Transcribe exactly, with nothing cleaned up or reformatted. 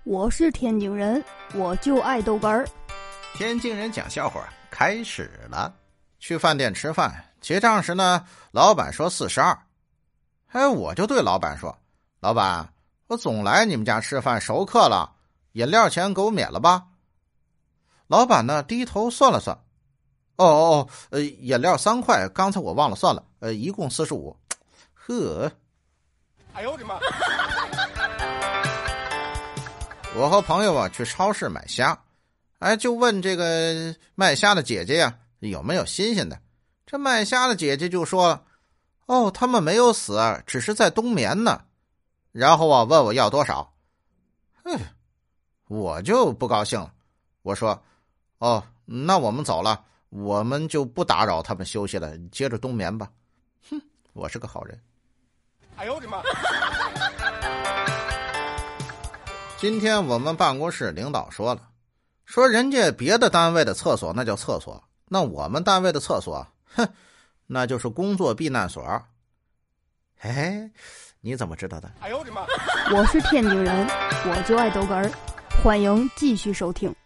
我是天津人，我就爱豆干儿。 天津人讲笑话开始了。去饭店吃饭，结账时呢，老板说四十二。哎，我就对老板说：“老板，我总来你们家吃饭，熟客了，饮料钱给我免了吧？”老板呢低头算了算，哦哦哦，呃，饮料三块，刚才我忘了算了，呃，一共四十五。呵，哎呦我的妈！我和朋友啊去超市买虾，哎，就问这个卖虾的姐姐呀、啊、有没有新鲜的。这卖虾的姐姐就说了：“哦，他们没有死，只是在冬眠呢。”然后啊问我要多少。哎，我就不高兴了，我说：“哦，那我们走了，我们就不打扰他们休息了，接着冬眠吧。”哼，我是个好人。哎呦我的妈！今天我们办公室领导说了，说人家别的单位的厕所那叫厕所，那我们单位的厕所，哼，那就是工作避难所。哎，你怎么知道的？哎呦我的妈！ 我是天津人，我就爱豆干儿。欢迎继续收听。